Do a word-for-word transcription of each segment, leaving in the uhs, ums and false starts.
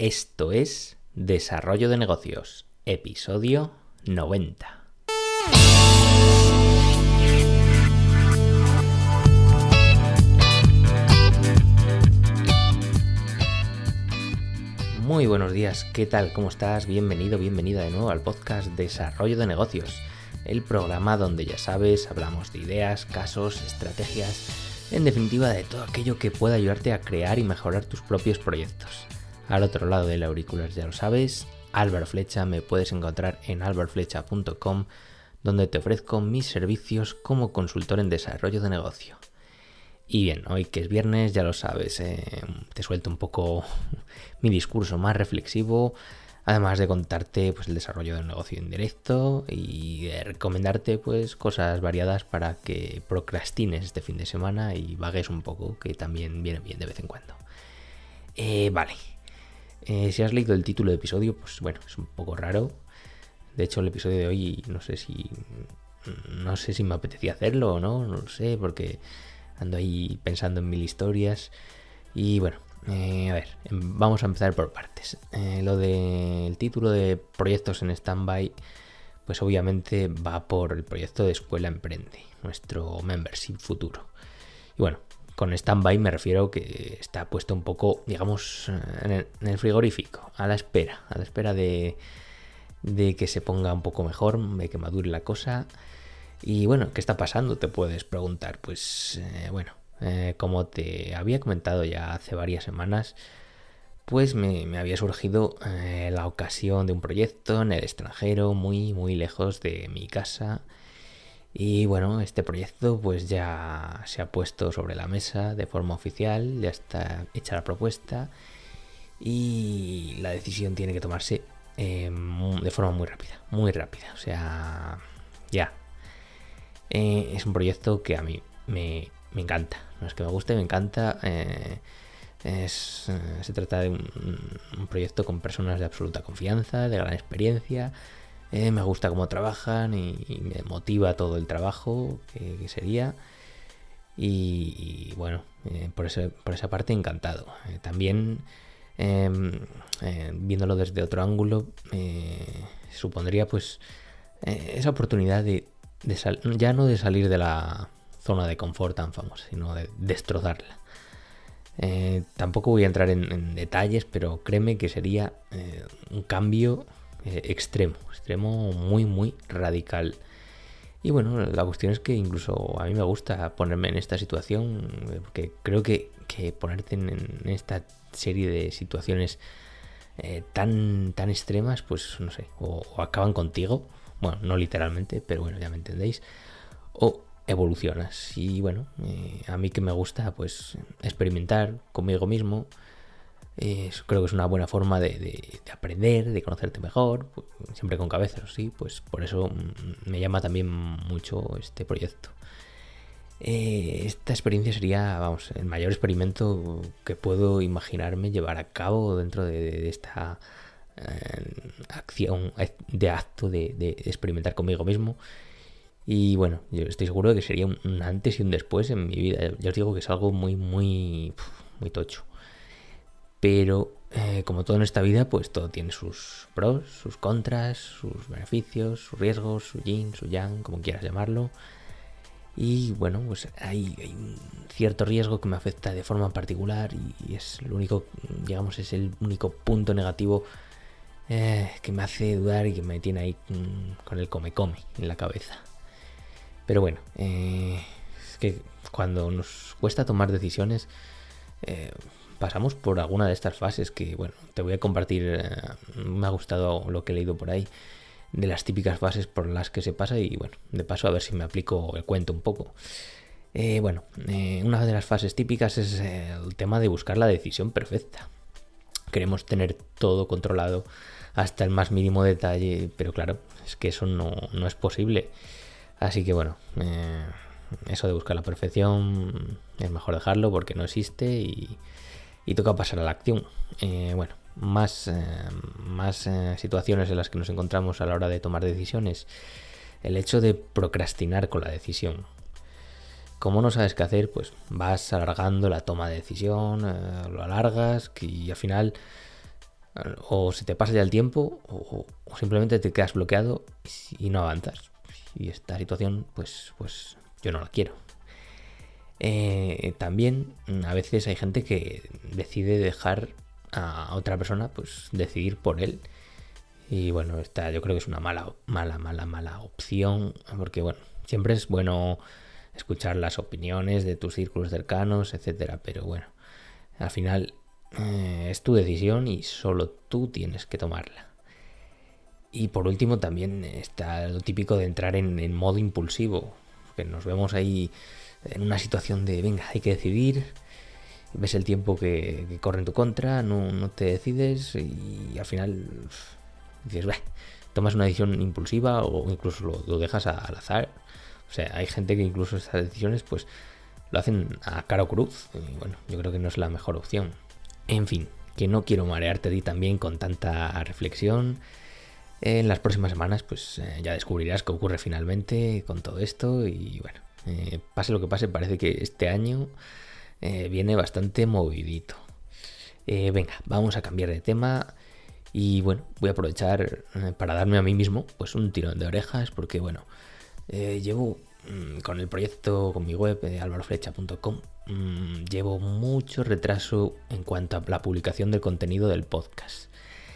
Esto es Desarrollo de Negocios, episodio noventa. Muy buenos días, ¿qué tal? ¿Cómo estás? Bienvenido, bienvenida de nuevo al podcast Desarrollo de Negocios, el programa donde ya sabes, hablamos de ideas, casos, estrategias, en definitiva de todo aquello que pueda ayudarte a crear y mejorar tus propios proyectos. Al otro lado del auricular ya lo sabes, Álvaro Flecha, me puedes encontrar en álvaro flecha punto com, donde te ofrezco mis servicios como consultor en desarrollo de negocio. Y bien, hoy que es viernes, ya lo sabes, eh, te suelto un poco mi discurso más reflexivo, además de contarte pues, el desarrollo del negocio en directo y de recomendarte pues, cosas variadas para que procrastines este fin de semana y vagues un poco, que también viene bien de vez en cuando. Eh, vale, eh, si has leído el título del episodio, pues bueno, es un poco raro. De hecho, el episodio de hoy no sé si no sé si me apetecía hacerlo o no, no lo sé, porque ando ahí pensando en mil historias. Y bueno, eh, a ver, vamos a empezar por partes. Eh, lo del título de proyectos en stand-by, pues obviamente va por el proyecto de Escuela Emprende, nuestro membership futuro. Y bueno, con stand-by me refiero que está puesto un poco, digamos, en el, en el frigorífico, a la espera, a la espera de, de que se ponga un poco mejor, de que madure la cosa. Y bueno, ¿qué está pasando? Te puedes preguntar. Pues eh, bueno, eh, como te había comentado ya hace varias semanas, pues me, me había surgido eh, la ocasión de un proyecto en el extranjero, muy muy lejos de mi casa. Y bueno, este proyecto pues ya se ha puesto sobre la mesa de forma oficial, ya está hecha la propuesta y la decisión tiene que tomarse eh, de forma muy rápida, muy rápida, o sea, ya. Eh, es un proyecto que a mí me, me encanta, no es que me guste, me encanta. Eh, es, eh, se trata de un, un proyecto con personas de absoluta confianza, de gran experiencia. Eh, me gusta cómo trabajan y, y me motiva todo el trabajo que, que sería. Y, y bueno, eh, por, ese, por esa parte encantado. Eh, también, eh, eh, viéndolo desde otro ángulo, eh, supondría pues eh, esa oportunidad de, de sal- ya no de salir de la zona de confort tan famosa, sino de destrozarla. Eh, tampoco voy a entrar en, en detalles, pero créeme que sería eh, un cambio eh, extremo, extremo muy muy radical. Y bueno, la cuestión es que incluso a mí me gusta ponerme en esta situación, eh, porque creo que, que ponerte en, en esta serie de situaciones eh, tan, tan extremas, pues no sé, o, o acaban contigo, bueno, no literalmente, pero bueno, ya me entendéis, o evolucionas. Y bueno, eh, a mí que me gusta pues experimentar conmigo mismo, eh, creo que es una buena forma de, de, de aprender, de conocerte mejor, pues, siempre con cabeza, sí, pues por eso mm, me llama también mucho este proyecto. Eh, esta experiencia sería, vamos, el mayor experimento que puedo imaginarme llevar a cabo dentro de, de, de esta eh, acción, de acto de, de experimentar conmigo mismo. Y bueno, yo estoy seguro de que sería un, un antes y un después en mi vida. Ya os digo que es algo muy, muy, muy tocho. Pero eh, como todo en esta vida, pues todo tiene sus pros, sus contras, sus beneficios, sus riesgos, su yin, su yang, como quieras llamarlo. Y bueno, pues hay, hay un cierto riesgo que me afecta de forma particular y, y es lo único, digamos, es el único punto negativo eh, que me hace dudar y que me tiene ahí mm, con el come-come en la cabeza. Pero bueno, eh, es que cuando nos cuesta tomar decisiones, eh, pasamos por alguna de estas fases que, bueno, te voy a compartir, eh, me ha gustado lo que he leído por ahí, de las típicas fases por las que se pasa y, bueno, de paso a ver si me aplico el cuento un poco. Eh, bueno, eh, una de las fases típicas es el tema de buscar la decisión perfecta. Queremos tener todo controlado hasta el más mínimo detalle, pero claro, es que eso no, no es posible. Así que bueno, eh, eso de buscar la perfección es mejor dejarlo porque no existe y, y toca pasar a la acción. Eh, bueno, más, eh, más eh, situaciones en las que nos encontramos a la hora de tomar decisiones. El hecho de procrastinar con la decisión. Como no sabes qué hacer, pues vas alargando la toma de decisión, eh, lo alargas y al final O se te pasa ya el tiempo o, o simplemente te quedas bloqueado y no avanzas. Y esta situación, pues, pues yo no la quiero. Eh, también a veces hay gente que decide dejar a otra persona pues decidir por él. Y bueno, esta yo creo que es una mala, mala, mala, mala opción. Porque bueno, siempre es bueno escuchar las opiniones de tus círculos cercanos, etcétera. Pero bueno, al final eh, es tu decisión y solo tú tienes que tomarla. Y por último también está lo típico de entrar en, en modo impulsivo. Que nos vemos ahí en una situación de, venga, hay que decidir. Ves el tiempo que, que corre en tu contra, no, no te decides y al final dices, bah, tomas una decisión impulsiva o incluso lo, lo dejas a, al azar. O sea, hay gente que incluso estas decisiones pues lo hacen a cara o cruz. Y bueno, yo creo que no es la mejor opción. En fin, que no quiero marearte a ti también con tanta reflexión. En las próximas semanas pues eh, ya descubrirás qué ocurre finalmente con todo esto y bueno, eh, pase lo que pase, parece que este año eh, viene bastante movidito. Eh, venga, vamos a cambiar de tema y bueno, voy a aprovechar eh, para darme a mí mismo pues un tirón de orejas porque bueno, eh, llevo mmm, con el proyecto, con mi web eh, álvaro flecha punto com, mmm, llevo mucho retraso en cuanto a la publicación del contenido del podcast.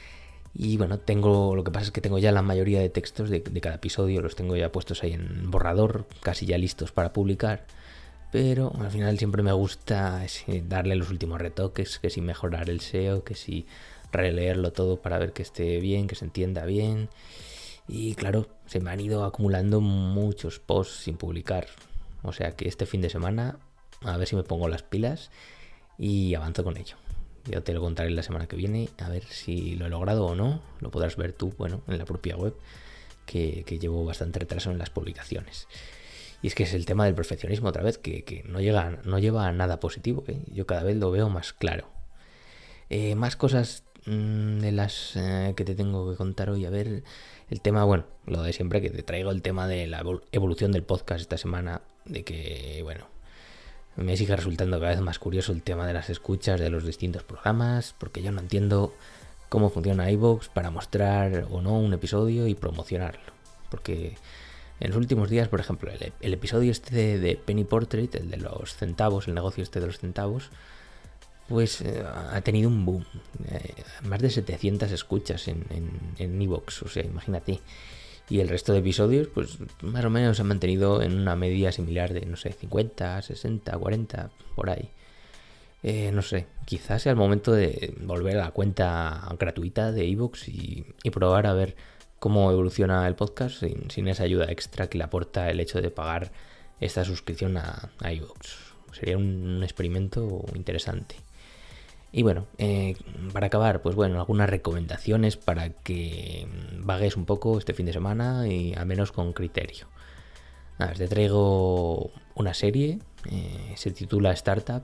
Y bueno, tengo, lo que pasa es que tengo ya la mayoría de textos de, de cada episodio, los tengo ya puestos ahí en borrador, casi ya listos para publicar. Pero al final siempre me gusta darle los últimos retoques, que si mejorar el S E O, que si releerlo todo para ver que esté bien, que se entienda bien. Y claro, se me han ido acumulando muchos posts sin publicar. O sea que este fin de semana, a ver si me pongo las pilas y avanzo con ello. Yo te lo contaré la semana que viene, a ver si lo he logrado o no. Lo podrás ver tú, bueno, en la propia web, que, que llevo bastante retraso en las publicaciones. Y es que es el tema del perfeccionismo otra vez, que, que no, llega, no lleva a nada positivo, ¿eh? Yo cada vez lo veo más claro. Eh, más cosas mmm, de las eh, que te tengo que contar hoy. A ver, el tema, bueno, lo de siempre, que te traigo el tema de la evolución del podcast esta semana, de que, bueno, me sigue resultando cada vez más curioso el tema de las escuchas de los distintos programas, porque yo no entiendo cómo funciona iVoox para mostrar o no un episodio y promocionarlo. Porque en los últimos días, por ejemplo, el, el episodio este de, de Penny Portrait, el de los centavos, el negocio este de los centavos, pues eh, ha tenido un boom. Eh, más de setecientas escuchas en, en, en iVoox, o sea, imagínate. Y el resto de episodios, pues más o menos se han mantenido en una media similar de, no sé, cincuenta, sesenta, cuarenta, por ahí. Eh, no sé, quizás sea el momento de volver a la cuenta gratuita de iVoox y, y probar a ver cómo evoluciona el podcast sin, sin esa ayuda extra que le aporta el hecho de pagar esta suscripción a, a iVoox. Sería un, un experimento interesante. Y bueno, eh, para acabar, pues bueno, algunas recomendaciones para que vagues un poco este fin de semana y al menos con criterio. Nada, te traigo una serie, eh, se titula Startup,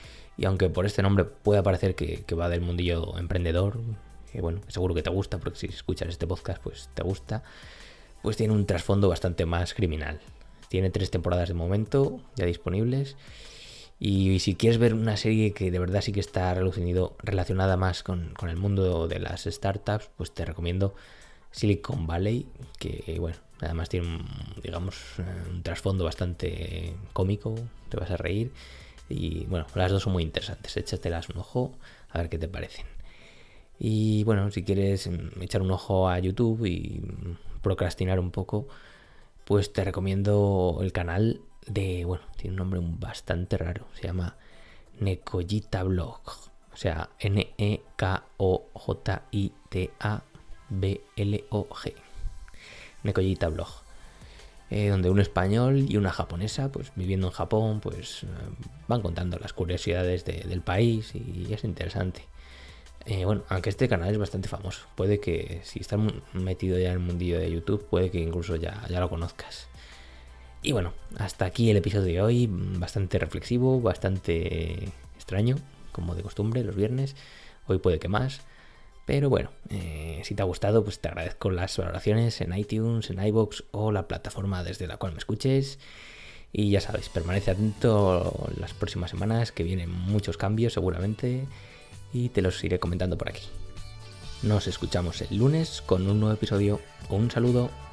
y aunque por este nombre pueda parecer que, que va del mundillo emprendedor, que bueno, seguro que te gusta, porque si escuchas este podcast pues te gusta, pues tiene un trasfondo bastante más criminal. Tiene tres temporadas de momento ya disponibles. Y si quieres ver una serie que de verdad sí que está relacionada más con, con el mundo de las startups, pues te recomiendo Silicon Valley, que bueno, además tiene un, digamos, un trasfondo bastante cómico, te vas a reír. Y bueno, las dos son muy interesantes, échatelas un ojo a ver qué te parecen. Y bueno, si quieres echar un ojo a YouTube y procrastinar un poco, pues te recomiendo el canal de, bueno, tiene un nombre bastante raro, se llama Nekojita Blog, o sea, N E K O J I T A B L O G, Nekojita Blog, eh, donde un español y una japonesa, pues viviendo en Japón, pues eh, van contando las curiosidades de, del país y es interesante. Eh, bueno, aunque este canal es bastante famoso, puede que si estás metido ya en el mundillo de YouTube, puede que incluso ya, ya lo conozcas. Y bueno, hasta aquí el episodio de hoy, bastante reflexivo, bastante extraño, como de costumbre los viernes, hoy puede que más, pero bueno, eh, si te ha gustado pues te agradezco las valoraciones en iTunes, en iVoox o la plataforma desde la cual me escuches. Y ya sabes, permanece atento las próximas semanas, que vienen muchos cambios seguramente y te los iré comentando por aquí. Nos escuchamos el lunes con un nuevo episodio. Un saludo.